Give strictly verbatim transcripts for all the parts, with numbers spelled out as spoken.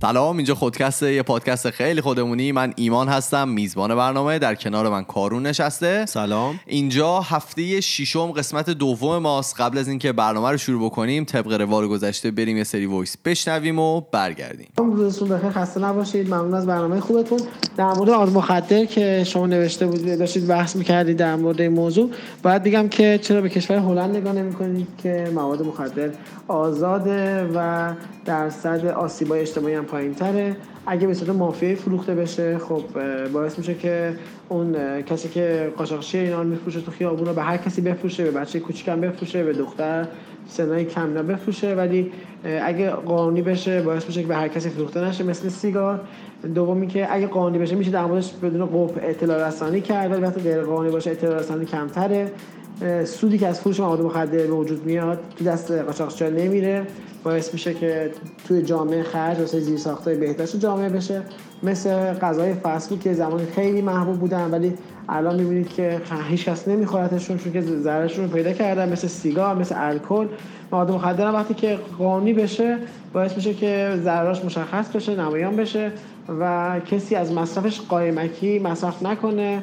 سلام، اینجا خودکست، یه پادکست خیلی خودمونی. من ایمان هستم، میزبان برنامه. در کنار من کارون نشسته. سلام. اینجا هفته ششم قسمت دوم ماست. قبل از اینکه برنامه رو شروع بکنیم طبق روال گذشته بریم یه سری وایس بشنویم و برگردیم. روزتون بخیر، خسته نباشید. ممنون از برنامه خوبتون. در مورد آز مخدر که شما نوشته بودید داشتید بحث می‌کردید در مورد این موضوع، باید بگم که چرا به کشور هلند نگاه نمی‌کنید که مواد مخدر آزاده و درصد آسیب‌های اجتماعی هم پایین‌تره. اگه به صورت مافیایی فروخته بشه خب باعث میشه که اون کسی که قاچاقچی اینا رو میفروشه تو خیابون رو به هر کسی بفروشه، به بچه کوچیکم بفروشه، به دختر سنای کم بفروشه. ولی اگه قانونی بشه باعث میشه که به هر کسی فروخته نشه، مثل سیگار. دومی که اگه قانونی بشه میشه در موردش بدون قوف اطلاع رسانی کرد، ولی وقتی غیر قانونی باشه اطلاع رسانی کمتره. سودی که از فروش مواد مخدر به وجود میاد تو دست قاچاقچی‌ها نمیره، باعث میشه که توی جامعه خرج واسه زیرساخت‌های بهداشت جامعه بشه. مثل غذای فست فود که زمانی خیلی محبوب بودن ولی الان میبینید که هیچ کس نمیخورتشون چون که ضررشون رو پیدا کردن. مثل سیگار، مثل الکل. مواد مخدر وقتی که قانونی بشه باعث میشه که ضررش مشخص بشه، نمایان بشه و کسی از مصرفش قایمکی مصرف نکنه.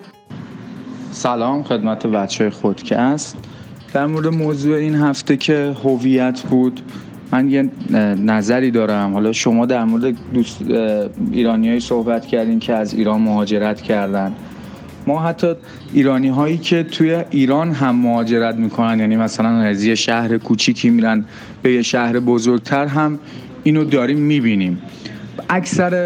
سلام خدمت بچه خودکست. در مورد موضوع این هفته که هویت بود، من یه نظری دارم. حالا شما در مورد دوست ایرانیایی صحبت کردین که از ایران مهاجرت کردن. ما حتی ایرانی هایی که توی ایران هم مهاجرت میکنن، یعنی مثلا از یه شهر کوچیکی میرن به یه شهر بزرگتر، هم اینو داریم میبینیم. اکثر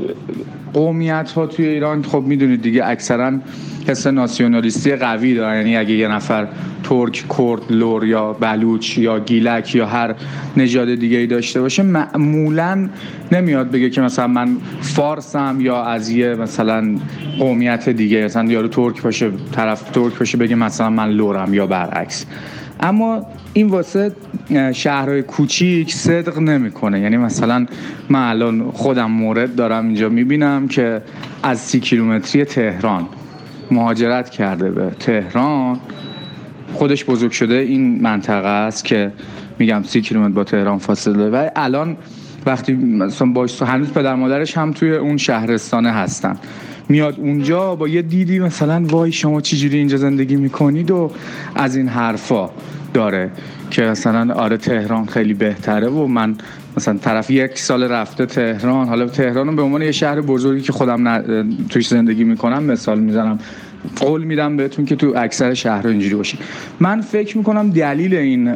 قومیت ها توی ایران خب میدونید دیگه اکثرا حس ناسیونالیستی قوی دارن. یعنی اگه یه نفر ترک، کرد، لور یا بلوچ یا گیلک یا هر نژاد دیگه‌ای داشته باشه معمولاً نمیاد بگه که مثلا من فارسم یا از یه مثلا قومیت دیگه، مثلا یارو ترک باشه طرف ترک باشه بگه مثلا من لورم یا برعکس. اما این واسه شهرهای کوچیک صدق نمیکنه. یعنی مثلا من الان خودم مورد دارم اینجا میبینم که از سی کیلومتری تهران مهاجرت کرده به تهران، خودش بزرگ شده این منطقه است که میگم سی کیلومتر با تهران فاصله، و الان وقتی مثلا باش هنوز پدر مادرش هم توی اون شهرستانه هستن، میاد اونجا با یه دیدی مثلا وای شما چجوری اینجا زندگی میکنید و از این حرفا داره که مثلا آره تهران خیلی بهتره و من مثلا طرف یک سال رفته تهران. حالا تهران رو به عنوان یه شهر بزرگی که خودم ن... توش زندگی میکنم مثال میزنم، قول میدم بهتون که تو اکثر شهرها اینجوری باشه. من فکر میکنم دلیل این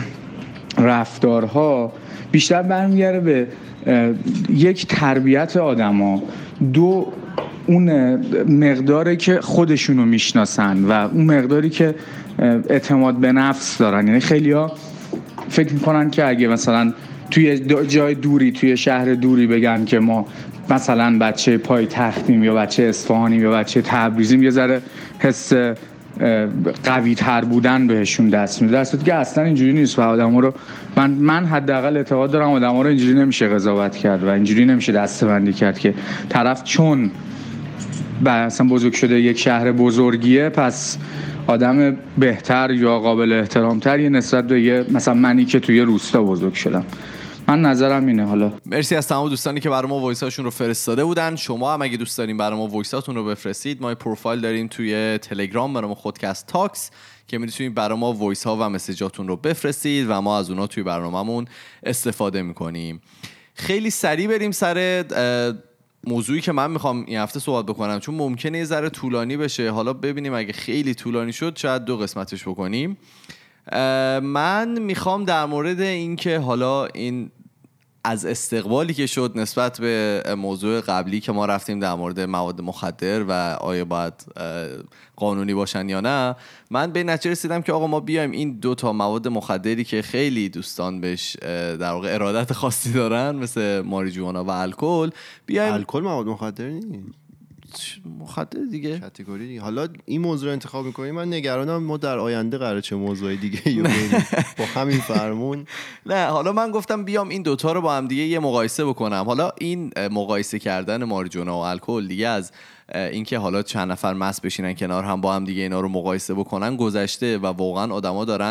رفتارها بیشتر برمیگره به یک تربیت آدما، دو اون مقداری که خودشونو میشناسن و اون مقداری که اعتماد به نفس دارن. یعنی خیلیا فکر میکنن که اگه مثلا توی جای دوری توی شهر دوری بگن که ما مثلا بچه پایتختیم یا بچه اصفهانیم یا بچه تبریزیم، یه ذره حس قوی تر بودن بهشون دست میده، در صورتی که اصلا اینجوری نیست. و آدما رو من من حداقل اعتقاد دارم آدما رو اینجوری نمیشه قضاوت کرد و اینجوری نمیشه دسته‌بندی کرد که طرف چون مثلا بزرگ شده یک شهر بزرگیه پس آدم بهتر یا قابل احترامتر یه نسبت به یه مثلا منی که توی روستا بزرگ شدم. من نظرم اینه. حالا مرسی از تمام دوستانی که برای ما وایساشون رو فرستاده بودن. شما هم اگه دوست دارین برای ما وایساتون رو بفرستید، ما پروفایل داریم توی تلگرام برای ما خودکست تاکس که میتونید برای ما وایس ها و مسیجاتون رو بفرستید و ما از اونها توی برنامه‌مون استفاده میکنیم. خیلی سریع بریم سر موضوعی که من میخوام این هفته صحبت بکنم، چون ممکنه یه ذره طولانی بشه. حالا ببینیم اگه خیلی طولانی شد شاید دو قسمتش بکنیم. من میخوام در مورد این که حالا این از استقبالی که شد نسبت به موضوع قبلی که ما رفتیم در مورد مواد مخدر و آیا باید قانونی باشن یا نه، من به نتیجه رسیدم که آقا ما بیایم این دو تا مواد مخدری که خیلی دوستان بهش در واقع ارادت خاصی دارن مثل ماریجوانا و الکل، بیایم. الکل مواد مخدر نیست، مخدر دیگه، کاتگوری دیگه. حالا این موضوع رو انتخاب می‌کنیم، من نگرانم ما در آینده قراره چه موضوعی دیگه یا با همین فرمون. نه حالا من گفتم بیام این دوتا رو با هم دیگه یه مقایسه بکنم. حالا این مقایسه کردن ماریجوانا و الکل دیگه از اینکه حالا چند نفر مست بشینن کنار هم با هم دیگه اینا رو مقایسه بکنن گذشته و واقعا آدما دارن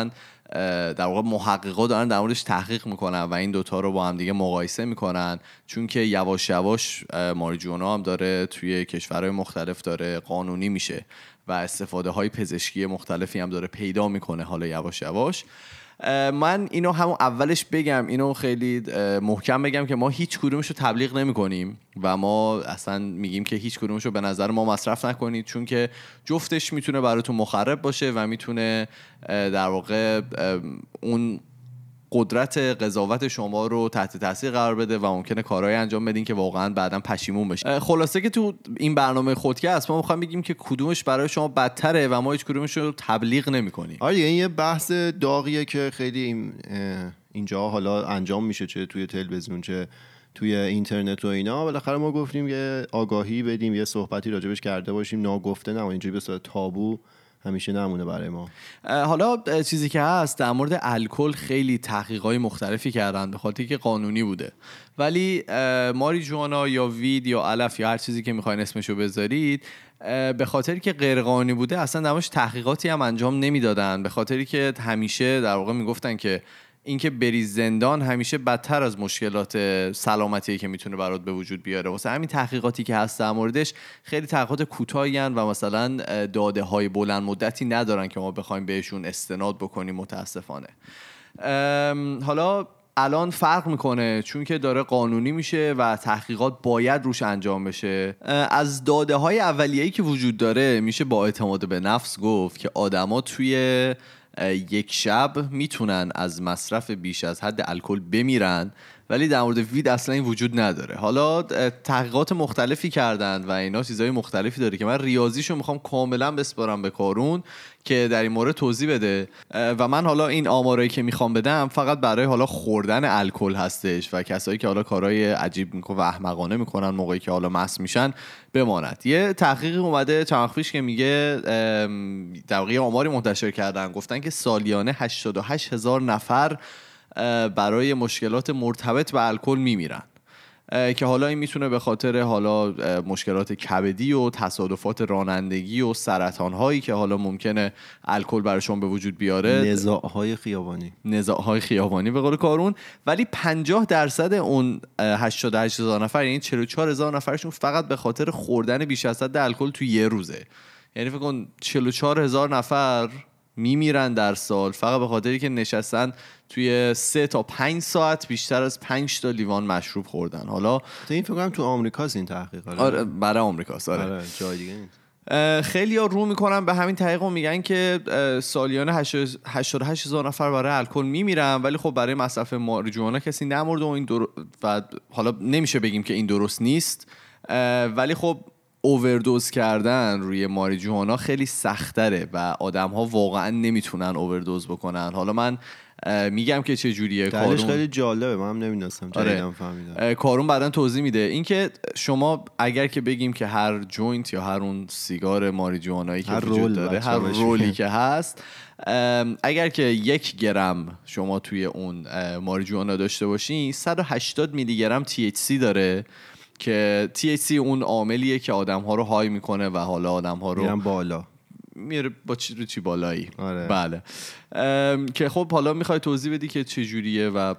در واقع محققا دارن در موردش تحقیق میکنن و این دوتا رو با هم دیگه مقایسه میکنن، چون که یواش یواش ماریجوانا هم داره توی کشورهای مختلف داره قانونی میشه و استفاده های پزشکی مختلفی هم داره پیدا میکنه حالا یواش یواش. من اینو همون اولش بگم، اینو خیلی محکم بگم که ما هیچ کدومش رو تبلیغ نمی کنیم و ما اصلا میگیم که هیچ کدومش رو به نظر ما مصرف نکنید، چون که جفتش میتونه براتون مخرب باشه و میتونه در واقع اون قدرت قضاوت شما رو تحت تاثیر قرار بده و ممکنه کارهایی انجام بدین که واقعا بعداً پشیمون بشین. خلاصه که تو این برنامه خودکست ما میخوایم بگیم که کدومش برای شما بدتره و ما هیچ کدومش رو تبلیغ نمی‌کنیم. آره این یه بحث داغیه که خیلی اینجا حالا انجام میشه، چه توی تلویزیون چه توی اینترنت و اینا. بالاخره ما گفتیم یه آگاهی بدیم، یه صحبتی راجبش کرده باشیم، ناگفته نه اینجوری به صورت تابو همیشه نمونه برای ما. حالا چیزی که هست در مورد الکل خیلی تحقیقات مختلفی کردن به خاطر که قانونی بوده، ولی ماریجوانا یا وید یا علف یا هر چیزی که میخواین اسمشو بذارید به خاطر که غیر قانونی بوده اصلا درموش تحقیقاتی هم انجام نمیدادن، به خاطری که همیشه در واقع میگفتن که اینکه بری زندان همیشه بدتر از مشکلات سلامتی که میتونه برات به وجود بیاره. واسه همین تحقیقاتی که هست در موردش خیلی تحقیقات کوتاهی ان و مثلا داده های بلند مدتی ندارن که ما بخوایم بهشون استناد بکنیم متاسفانه. حالا الان فرق میکنه چون که داره قانونی میشه و تحقیقات باید روش انجام بشه. از داده های اولیه‌ای که وجود داره میشه با اعتماد به نفس گفت که آدما توی یک شب میتونن از مصرف بیش از حد الکل بمیرن، ولی در مورد وید اصلا این وجود نداره. حالا تحقیقات مختلفی کردن و اینا چیزای مختلفی داره که من ریاضیشو میخوام کاملا بسپارم به کارون که در این مورد توضیح بده و من حالا این آمارایی که میخوام بدم فقط برای حالا خوردن الکل هستش و کسایی که حالا کارهای عجیب میکنن و احمقانه میکنن موقعی که حالا مست میشن بماند. یه تحقیق اومده چند وقت پیش که میگه در واقع آماری منتشر کردن، گفتن که سالیانه هشتاد و هشت هزار نفر برای مشکلات مرتبط به الکل میمیرن که حالا این میتونه به خاطر حالا مشکلات کبدی و تصادفات رانندگی و سرطان هایی که حالا ممکنه الکل براشون به وجود بیاره، نزاع های خیابانی نزاع های خیابانی به قول کارون. ولی پنجاه درصد اون هشتاد و هشت هزار نفر یعنی چهل و چهار هزار نفرشون فقط به خاطر خوردن بیش از حد الکل تو یه روزه. یعنی فکر کن چهل و چهار هزار نفر میمیرن در سال فقط به خاطری که نشستن توی سه تا پنج ساعت بیشتر از پنج تا لیوان مشروب خوردن. حالا این فکر کنم تو آمریکاست این تحقیق. آره برای آمریکاست. آره. آره جای دیگه نیست. خیلی ها رو میکنن به همین تحقیق و میگن که سالیانه هشتاد و هشت هزار نفر برای الکل میمیرن، ولی خب برای مصرف ماریجوانا کسی نمرده و این در... و حالا نمیشه بگیم که این درست نیست، ولی خب اووردوز کردن روی ماریجوانا خیلی سخت‌تره و آدم‌ها واقعا نمیتونن اووردوز بکنن. حالا من میگم که چه جوریه کارون، خیلی جالبه، من هم نمیدونستم، جدیدم فهمیدم. کارون بعداً توضیح میده. این که شما اگر که بگیم که هر جوینت یا هر اون سیگار ماریجوانایی که وجود داره، هر رولی که هست، اگر که یک گرم شما توی اون ماریجوانا داشته باشین صد و هشتاد میلی گرم تی اچ سی داره که تی اچ سی اون عاملیه که آدم‌ها رو های میکنه و حالا آدم‌ها رو میرن بالا، میره با چی رو چی بالایی. آره. بله که خب حالا میخوای توضیح بدی که چه جوریه؟ و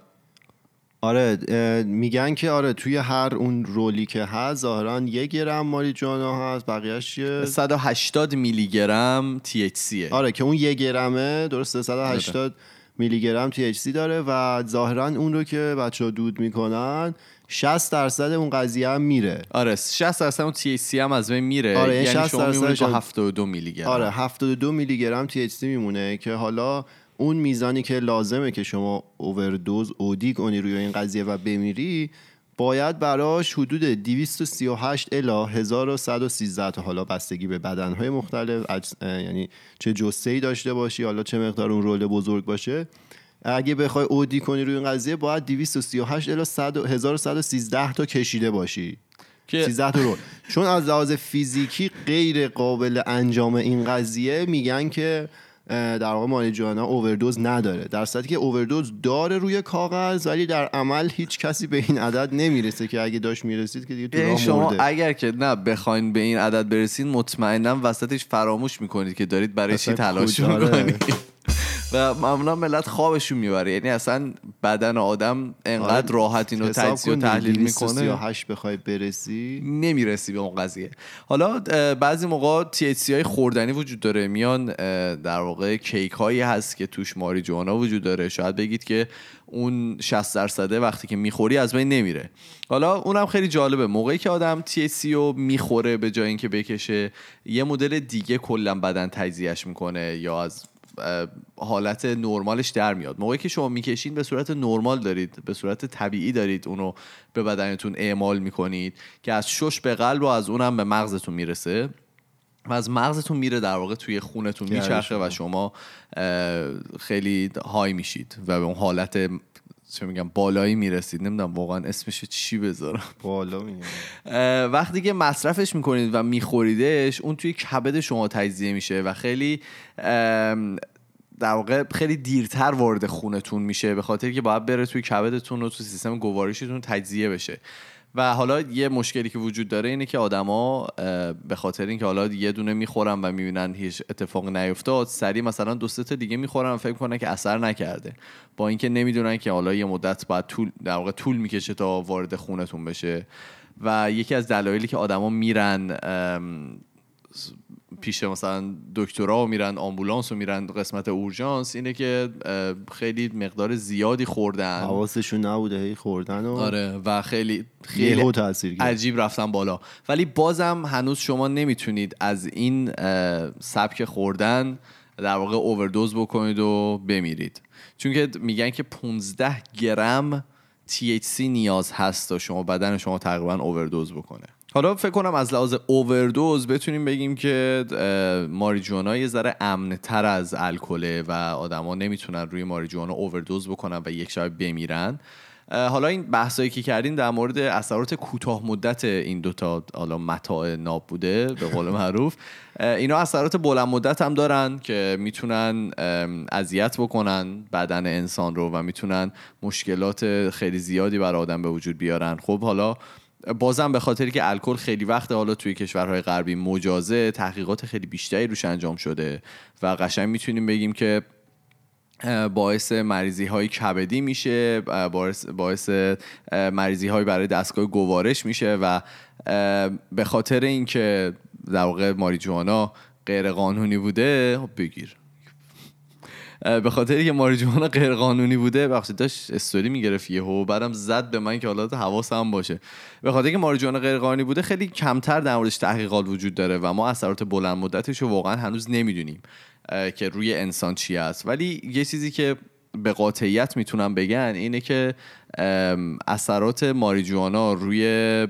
آره میگن که آره توی هر اون رولی که هست ظاهرا یک گرم ماریجوانا هست، بقیه‌اش صد و هشتاد میلی گرم تی اچ سی. آره که اون یک گرمه درسته صد و هشتاد میلی گرم تی اچ سی داره و ظاهرا اون رو که بچه‌ها دود میکنن شصت درصد اون قضیه هم میره. آره شصت درصد اون تی اچ سی هم از بین میره. آره یعنی شما میمونه با هفتاد و دو میلی گرم. آره هفتاد و دو میلی گرم تی اچ سی میمونه که حالا اون میزانی که لازمه که شما اووردوز اودی کنی روی این قضیه و بمیری باید براش حدود دویست و سی و هشت الی هزار و صد و سیزده تا، حالا بستگی به بدنهای مختلف، یعنی چه جثه‌ای داشته باشی، حالا چه مقدار اون رول بزرگ باشه، اگه بخوای اودی کنی روی این قضیه باید دویست و سی و هشت الی هزار و صد و سیزده تا کشیده باشی که سیزده تا رول. چون از لحاظ فیزیکی غیر قابل انجام این قضیه میگن که در واقع ماریجوانا اووردوز نداره، در صورتی که اووردوز داره روی کاغذ، ولی در عمل هیچ کسی به این عدد نمیرسه که اگه داشت میرسید که دیگه تو راه شما مرده. اگر که نه بخواین به این عدد برسید مطمئناً وسطش فراموش میکنید که دارید برای چی تلاش میکنید و معمولا ملت خوابشون میبره، یعنی اصلا بدن آدم انقدر راحت اینو تجزیه و تحلیل میکنه سی و هشت بخوای برسی نمیرسی به اون قضیه. حالا بعضی موقع تی اچ سی های خوردنی وجود داره، میان در واقع کیک هایی هست که توش ماریجوانا وجود داره، شاید بگید که اون شصت درصده وقتی که میخوری از بین نمیره. حالا اونم خیلی جالبه، موقعی که آدم تی اچ سی رو میخوره به جای اینکه بکشه یه مدل دیگه کلا بدن تجزیهش میکنه یا از حالت نرمالش در میاد. موقعی که شما میکشین به صورت نرمال دارید، به صورت طبیعی دارید اونو به بدنتون اعمال میکنید که از شش به قلب و از اونم به مغزتون میرسه و از مغزتون میره در واقع توی خونتون میچرخه و شما خیلی های میشید و به اون حالت چه میگم بالایی میرسید. نمیدونم واقعا اسمش چی بذارم، بالا میگم. وقتی که مصرفش میکنید و میخوریدش اون توی کبد شما تجزیه میشه و خیلی در واقع خیلی دیرتر وارد خونتون میشه، به خاطر که باید بره توی کبدتون و توی سیستم گوارشیتون تجزیه بشه. و حالا یه مشکلی که وجود داره اینه که آدما به خاطر اینکه حالا یه دونه میخورن و میبینن هیچ اتفاقی نیفتاد، سریع مثلا دو سه تا دیگه میخورن و فکر کنن که اثر نکرده، با اینکه نمیدونن که حالا یه مدت بعد طول در واقع طول میکشه تا وارد خونتون بشه. و یکی از دلایلی که آدما میرن پیش مثلا دکترها و میرن آمبولانس و میرن قسمت اورژانس اینه که خیلی مقدار زیادی خوردن، حواسشون نبوده هی خوردن و آره و خیلی خیلی عجیب رفتن بالا. ولی بازم هنوز شما نمیتونید از این سبک خوردن در واقع اووردوز بکنید و بمیرید، چون که میگن که پانزده گرم تی اچ سی نیاز هست تا شما بدن شما تقریبا اووردوز بکنه. حالا فکر کنم از لحاظ اووردوز بتونیم بگیم که ماریجوانا یه ذره امن‌تر از الکله و آدما نمیتونن روی ماریجوانا اووردوز بکنن و یک شب بمیرن. حالا این بحثایی که کردیم در مورد اثرات کوتاه مدت این دوتا حالا متاع ناب بوده به قول معروف، اینا اثرات بلند مدت هم دارن که میتونن اذیت بکنن بدن انسان رو و میتونن مشکلات خیلی زیادی برای آدم به وجود بیارن. خب حالا بازم به خاطری که الکل خیلی وقت حالا توی کشورهای غربی مجازه، تحقیقات خیلی بیشتری روش انجام شده و قشنگ میتونیم بگیم که باعث مریضی های کبدی میشه، باعث, باعث مریضی های برای دستگاه گوارش میشه و به خاطر اینکه در واقع ماریجوانا غیر قانونی بوده بگیر به خاطری که ماریجوانا غیر قانونی بوده بخشی داشت استوری میگرفت یهو بعدم زد به من که حالا حواسم باشه، به خاطر که ماریجوانا غیر قانونی بوده خیلی کمتر در موردش تحقیقات وجود داره و ما اثرات بلند مدتش رو واقعا هنوز نمیدونیم که روی انسان چی است. ولی یه چیزی که به قاطعیت میتونم بگن اینه که اثرات ماریجوانا روی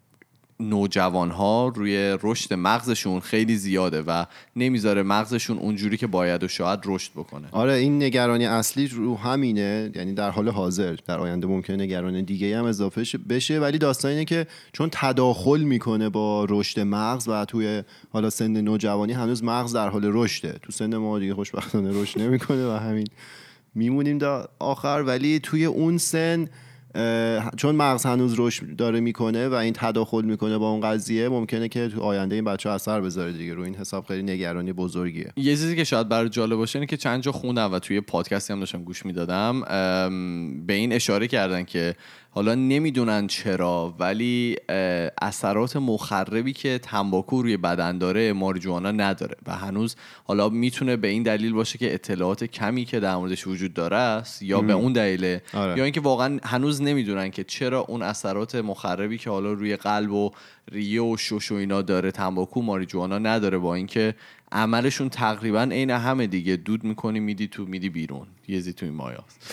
نوجوانها، روی رشد مغزشون خیلی زیاده و نمیذاره مغزشون اونجوری که باید و شاید رشد بکنه. آره این نگرانی اصلی رو همینه، یعنی در حال حاضر، در آینده ممکنه نگرانی دیگه هم اضافه بشه، ولی داستان اینه که چون تداخل میکنه با رشد مغز و توی حالا سن نوجوانی هنوز مغز در حال رشده، تو سن ما دیگه خوشبختانه رشد نمیکنه و همین میمونیم تا آخر. ولی توی اون سن چون مغز هنوز رشد داره میکنه و این تداخل میکنه با اون قضیه، ممکنه که تو آینده این بچه اثر بذاره دیگه. رو این حساب خیلی نگرانی بزرگیه. یه چیزی که شاید برای جالب باشه اینه که چند جا خوندم و توی پادکستی هم داشتم گوش میدادم، به این اشاره کردن که حالا نمیدونن چرا ولی اثرات مخربی که تنباکو روی بدن داره ماریجوانا نداره و هنوز حالا میتونه به این دلیل باشه که اطلاعات کمی که در موردش وجود داره است یا ام. به اون دلیله آره. یا اینکه واقعا هنوز نمیدونن که چرا اون اثرات مخربی که حالا روی قلب و ریه و شش و اینا داره تنباکو ماریجوانا نداره، با اینکه عملشون تقریبا عین همه دیگه، دود میکنی میدی تو میدی بیرون، یه زی تو این مایاست.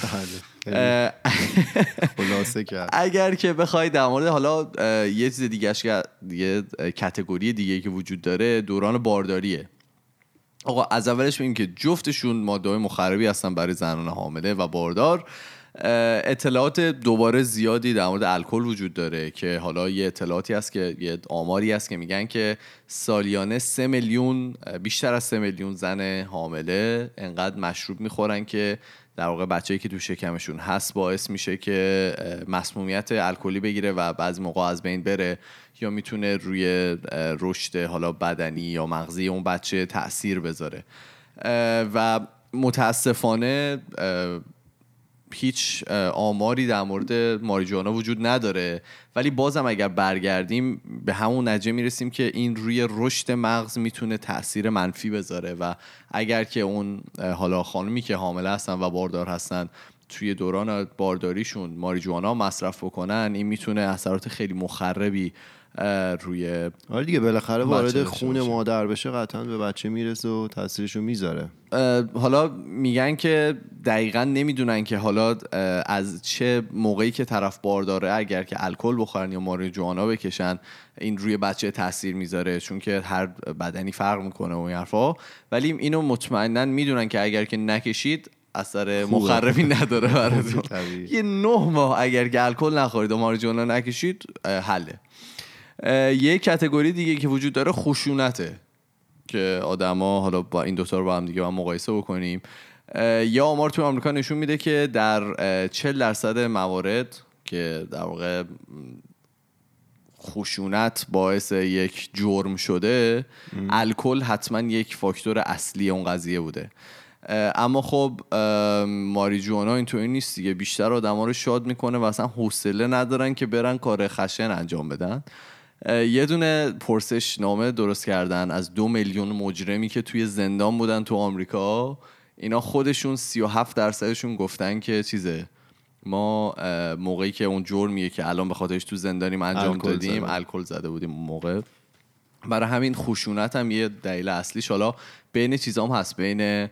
خلاصه کرد. اگر که بخوای در مورد حالا یه چیز دیگهش که یه کاتگوری دیگه که وجود داره دوران بارداریه. آقا از اولش بگیم که جفتشون ماده‌های مخربی هستن برای زنان حامله و باردار. اطلاعات دوباره زیادی در مورد الکل وجود داره که حالا یه اطلاعاتی هست که یه آماری هست که میگن که سالیانه سه میلیون بیشتر از سه میلیون زن حامله انقدر مشروب میخورن که در واقع بچه‌ای که تو شکمشون هست باعث میشه که مسمومیت الکلی بگیره و بعضی موقع از بین بره یا میتونه روی رشد حالا بدنی یا مغزی اون بچه تأثیر بذاره. و متاسفانه هیچ آماری در مورد ماریجوانا وجود نداره، ولی بازم اگر برگردیم به همون نتیجه میرسیم که این روی رشد مغز میتونه تأثیر منفی بذاره و اگر که اون حالا خانمی که حامله هستن و باردار هستن توی دوران بارداریشون ماریجوانا مصرف بکنن، این میتونه اثرات خیلی مخربی روی آره دیگه بالاخره وارد خون مادر بشه قطعا به بچه میرسه و تاثیرشو میذاره. حالا میگن که دقیقاً نمیدونن که حالا از چه موقعی که طرف بارداره اگر که الکل بخورن یا ماریجوانا بکشن این روی بچه تاثیر میذاره، چون که هر بدنی فرق میکنه و این حرفا، ولی اینو مطمئناً میدونن که اگر که نکشید اثر مخربی نداره براتون. یه نه ماه اگر که الکل نخورید و ماریجوانا نکشید حله. یه کاتگوری دیگه که وجود داره خشونته که آدما حالا با این دوتا رو با هم دیگه با مقایسه بکنیم. یا آمار توی آمریکا نشون میده که در چهل درصد موارد که در واقع خشونت باعث یک جرم شده، الکل حتما یک فاکتور اصلی اون قضیه بوده. اما خب ماریجوانا اینطوری نیست دیگه، بیشتر آدما رو شاد میکنه و اصلا حوصله ندارن که برن کار خشن انجام بدن. یه دونه پرسش نامه درست کردن از دو میلیون مجرمی که توی زندان بودن تو آمریکا، اینا خودشون سی و هفت درصدشون گفتن که چیزه ما موقعی که اون جرمیه که الان به خاطرش تو زندانیم انجام دادیم الکل زده بودیم اون موقع. برای همین خشونت هم یه دلیل اصلیش. حالا بین چیزام هست، بین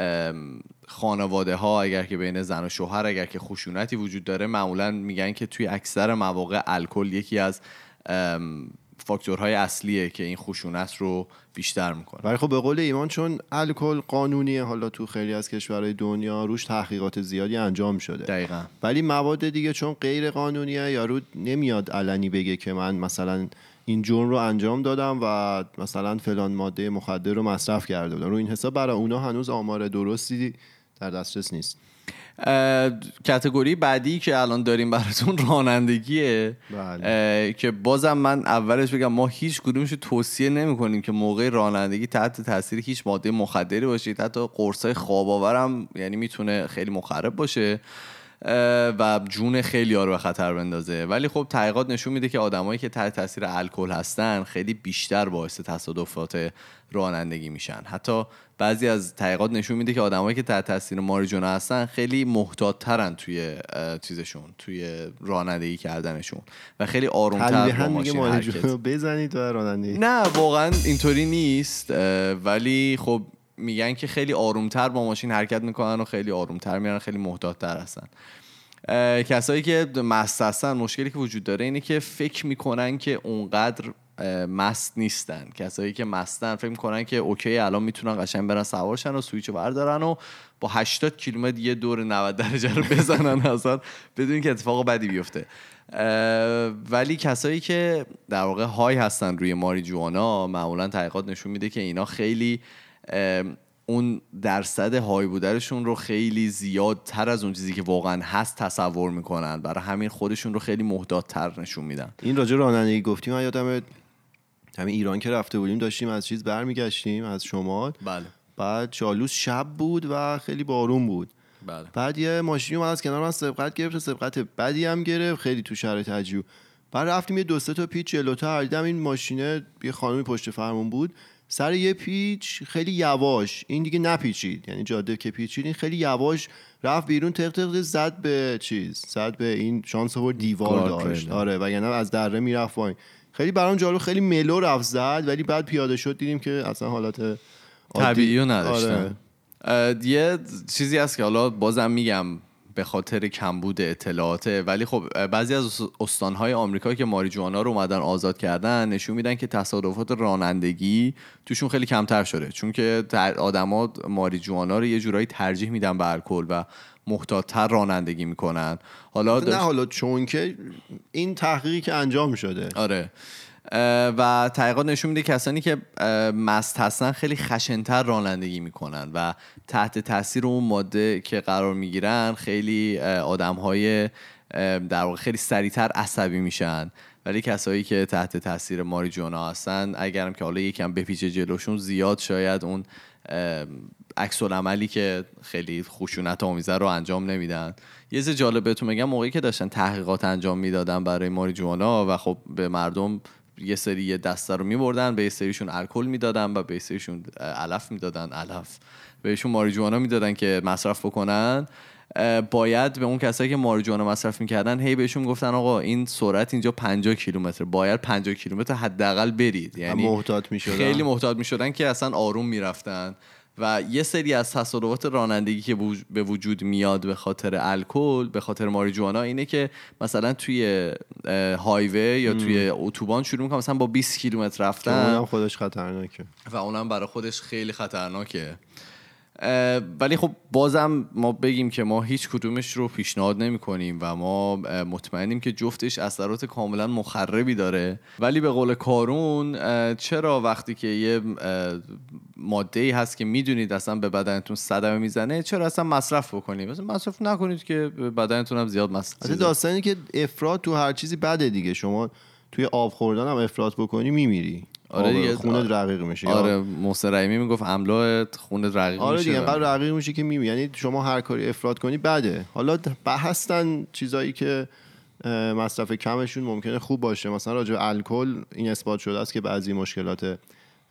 خانواده ها اگر که بین زن و شوهر اگر که خشونتی وجود داره، معمولا میگن که توی اکثر مواقع الکل یکی از فاکتورهای اصلیه که این خشونت رو بیشتر میکنه. ولی خب به قول ایمان چون الکل قانونیه، حالا تو خیلی از کشورهای دنیا روش تحقیقات زیادی انجام شده. دقیقاً. ولی مواد دیگه چون غیر قانونیه، یارو نمیاد علنی بگه که من مثلا این جرم رو انجام دادم و مثلا فلان ماده مخدر رو مصرف کرده بودم. رو این حساب برای اونا هنوز آمار درستی در دسترس نیست. کاتگوری بعدی که الان داریم براتون رانندگیه. بله. که بازم من اولش بگم ما هیچ کدومش توصیه نمی کنیم که موقع رانندگی تحت تاثیر هیچ ماده مخدری باشید. حتی قرصای خواب آورم یعنی میتونه خیلی مخرب باشه و جون خیلی ها رو به خطر بندازه. ولی خب تحقیقات نشون میده که آدمایی که تحت تاثیر الکل هستن خیلی بیشتر باعث تصادفات رانندگی میشن. حتی بعضی از تحقیقات نشون میده که آدمایی که تحت تاثیر ماریجوانا هستن خیلی محتاط‌ترن توی چیزشون، توی رانندگی کردنشون و خیلی آرومتر با ماشین حرکت. بزنید و رانندگی. نه واقعا اینطوری نیست، ولی خب میگن که خیلی آرومتر با ماشین حرکت میکنن و خیلی آرومتر میرن، خیلی محتاط‌تر هستن. کسایی که مست هستن مشکلی که وجود داره اینه که فکر میکنن که اونقدر مست نیستن. کسایی که مستن فکر میکنن که اوکی الان میتونن قشنگ برن سوارشن و سویچو بردارن و با هشتاد کیلومتر یه دور نود درجه رو بزنن اصلا بدون که اتفاق بدی بیفته. ولی کسایی که در واقع های هستن روی ماریجوانا، معمولا تحقیقات نشون میده که اینا خیلی اون درصد های بودنشون رو خیلی زیادتر از اون چیزی که واقعا هست تصور میکنن، برای همین خودشون رو خیلی محتاط‌تر نشون میدن. این راجع رانندگی گفتیم، من یادمه همین ایران که رفته بودیم داشتیم از چیز برمیگشتیم از شمال. بله. بعد چالوس شب بود و خیلی بارون بود. بله. بعد یه ماشینی اومد از کنار من سبقت گرفت، سبقت بدی هم گرفت، خیلی تو شرایط عجیب. بعد رفتیم یه دو سه تا پیچ جلوتر، دیدم این ماشینه یه خانمی پشت فرمون بود، سر یه پیچ خیلی یواش، این دیگه نپیچید، یعنی جاده که پیچید این خیلی یواش رفت بیرون، تق تق زد به چیز، زد به این شانس آورد دیوار داشت. آره وگرنه از دره میرفت پایین. خیلی برام جالب، خیلی ملو رفت زد، ولی بعد پیاده شد دیدیم که اصلا حالت طبیعی نداشتن. آره. یه چیزی هست که حالا بازم میگم به خاطر کمبود اطلاعاته، ولی خب بعضی از استانهای آمریکا که ماریجوانا رو اومدن آزاد کردن نشون میدن که تصادفات رانندگی توشون خیلی کمتر شده، چون که آدما ماریجوانا رو یه جورایی ترجیح میدن به الکل و محتاط‌تر رانندگی میکنن. حالا نه حالا چون که این تحقیقی که انجام شده. آره. و تحقیقات نشون میده کسانی که مست هستن خیلی خشن‌تر رانندگی میکنن و تحت تاثیر اون ماده که قرار میگیرن خیلی آدم‌های در واقع خیلی سریعتر عصبی میشن و ولی کسایی که تحت تاثیر ماریجوانا هستن اگرم که حالا یکم بپیچه جلوشون زیاد شاید اون عکس العملی که خیلی خشونت آمیزه رو انجام نمیدن. یه چیز جالب بهتون بگم، موقعی که داشتن تحقیقات انجام میدادن برای ماریجوانا و خب به مردم یه سری یه دسته رو میبردن، به یه سریشون الکل میدادن و به یه سریشون علف میدادن، علف بهشون ماریجوانا میدادن که مصرف بکنن. باید به اون کسایی که ماریجوانا مصرف میکردن هی بهشون گفتن آقا این سرعت اینجا پنجاه کیلومتر، باید پنجاه کیلومتر حداقل برید. یعنی محتاط میشدن، خیلی محتاط میشدن که اصلا آروم میرفتن. و یه سری از تصادفات رانندگی که به وجود میاد به خاطر الکل، به خاطر ماریجوانا، اینه که مثلا توی هایوی یا توی اتوبان شروع میکنن مثلا با بیست کیلومتر رفتن، اونم خودش خطرناکه و اونم برای خودش خیلی خطرناکه. ولی خب بازم ما بگیم که ما هیچ کدومش رو پیشنهاد نمی کنیم و ما مطمئنیم که جفتش اثرات کاملا مخربی داره. ولی به قول کارون، چرا وقتی که یه ماده‌ای هست که میدونید اصلا به بدنتون صدمه میزنه، چرا اصلا مصرف بکنید؟ مثلا مصرف نکنید که به بدنتون هم زیاد مصرف. اصلا داستانی که افراط تو هر چیزی بده دیگه. شما توی آب خوردن هم افراط بکنی میمیری. آره دیگه، خونت رقیق میشه. آره محسن رحیمی میگفت املاء خونت رقیق میشه. آره دیگه، انقدر رقیق میشه که میمیری. یعنی شما هر کاری افراط کنی بده. حالا هستن چیزایی که مصرف کمشون ممکنه خوب باشه. مثلا راجع به الکل این اثبات شده است که بعضی مشکلات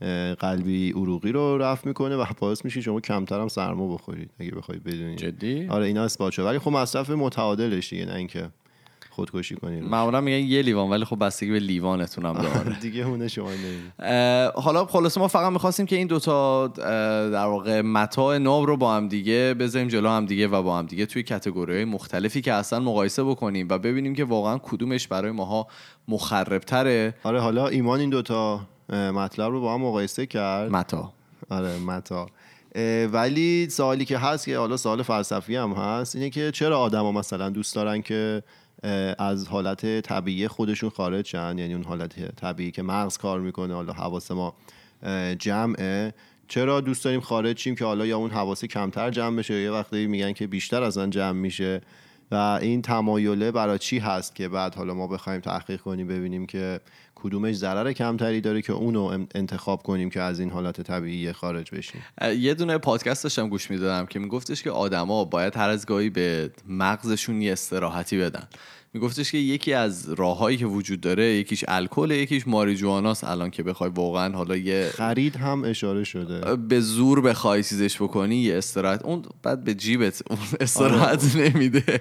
قلبی عروقی رو رفع میکنه و باعث میشه شما کمتر هم سرما بخورید اگه بخواید بدونید. جدی؟ آره اینا اثبات شده. ولی خب مصرف متعادلش دیگه، نه اینکه خودکشی کنید. معمولا میگن یه لیوان، ولی خب بستگی به لیوانتون هم داره. دیگه اون شما نمیدونید. حالا خلاص ما فقط می‌خواستیم که این دوتا در واقع متاع ناب رو با هم دیگه بذاریم جلو هم دیگه و با هم دیگه توی کاتگوری‌های مختلفی که اصلا مقایسه بکنیم و ببینیم که واقعا کدومش برای ماها مخرب‌تره. آره حالا ایمان این دوتا مطلب رو با هم مقایسه کرد. متاع. آره متاع. ولی سوالی که هست که حالا سوال فلسفی هم هست، اینه که چرا آدما مثلا دوست دارن که از حالت طبیعی خودشون خارج شن؟ یعنی اون حالت طبیعی که مغز کار میکنه، حالا حواس ما جمعه، چرا دوست داریم خارج شیم که حالا یا اون حواس کمتر جمع بشه یا یه وقتی میگن که بیشتر از آن جمع میشه؟ و این تمایله برای چی هست که بعد حالا ما بخوایم تحقیق کنیم ببینیم که کدومش ضرر کمتری داره که اونو انتخاب کنیم که از این حالت طبیعی خارج بشیم. یه دونه پادکست داشتم گوش میدادم که میگفتش که آدما باید هر از گاهی به مغزشون یه استراحتی بدن. میگفتش که یکی از راههایی که وجود داره، یکیش الکل، یکیش ماریجواناست. الان که بخوای واقعا حالا یه خرید هم اشاره شده، به زور بخوای چیزش بکنی یه استراحت، اون بعد به جیبت اون استراحت نمیده،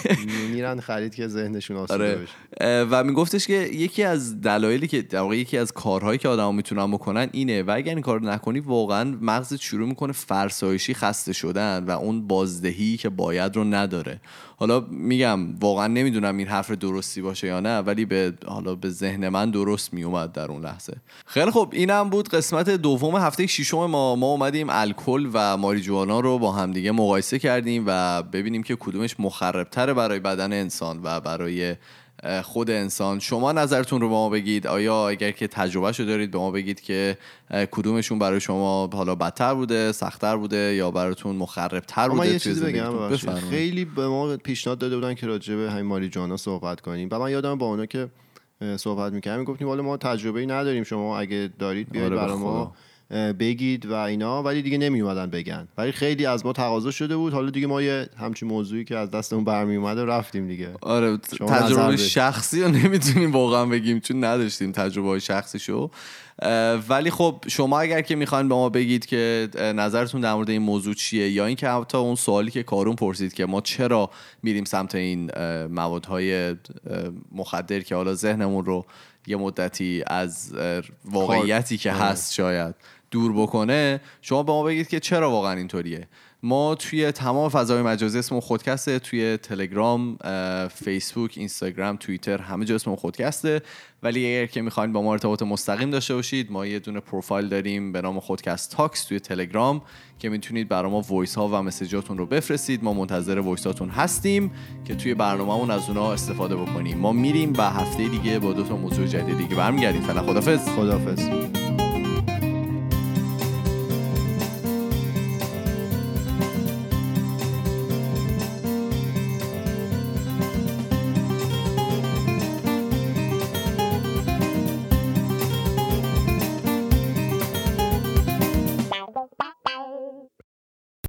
میرن خرید که ذهنشون آسوده آره. بشه. و میگفتش که یکی از دلایلی که در واقع یکی از کارهایی که آدما میتونن بکنن اینه و اگر این کارو نکنی واقعا مغزت شروع میکنه فرسایشی خسته شدن و اون بازدهی که باید رو نداره. حالا میگم واقعا نمیدونم این حرف درستی باشه یا نه، ولی به حالا به ذهن من درست میومد در اون لحظه. خیلی خب اینم بود قسمت دوم هفته ششم ما. ما اومدیم الکل و ماریجوانا رو با هم دیگه مقایسه کردیم و ببینیم که کدومش مخرب‌تره برای بدن انسان و برای خود انسان. شما نظرتون رو به ما بگید. آیا اگر که تجربه شو دارید به ما بگید که کدومشون برای شما حالا بدتر بوده، سخت‌تر بوده یا براتون مخرب‌تر بوده. من یه چیزی بگم، خیلی به ما پیشنهاد داده بودن که راجع به همین ماریجوانا صحبت کنیم و من یادم با اونا که صحبت می‌کردیم میگفتیم والا ما تجربه‌ای نداریم، شما اگه دارید بیاید برای ما بگید و اینا، ولی دیگه نمی اومدن بگن. ولی خیلی از ما تقاضا شده بود. حالا دیگه ما یه همچین موضوعی که از دستمون برمی اومده رفتیم دیگه. آره تجربه شخصی رو نمیتونیم واقعا بگیم چون نداشتیم تجربه شخصیشو. ولی خب شما اگر که میخواین به ما بگید که نظرتون در مورد این موضوع چیه، یا اینکه حتی اون سوالی که کارون پرسید که ما چرا میریم سمت این موادهای مخدر که حالا ذهنمون رو یه مدتی از واقعیتی که هست شاید دور بکنه، شما به ما بگید که چرا واقعا اینطوریه. ما توی تمام فضای مجازی اسممون خودکسته، توی تلگرام، فیسبوک، اینستاگرام، توییتر، همه جا اسممون خودکسته. ولی اگر که میخواین با ما ارتباط مستقیم داشته باشید، ما یه دونه پروفایل داریم به نام خودکست تاکس توی تلگرام که میتونید برای ما وایس ها و مسیجاتون رو بفرستید. ما منتظر وایس هاتون هستیم که توی برنامه‌مون از اونها استفاده بکنیم. ما میریم و هفته دیگه با دو تا موضوع جدید دیگه برمیگردیم. فعلا خدافظ. خدافظ.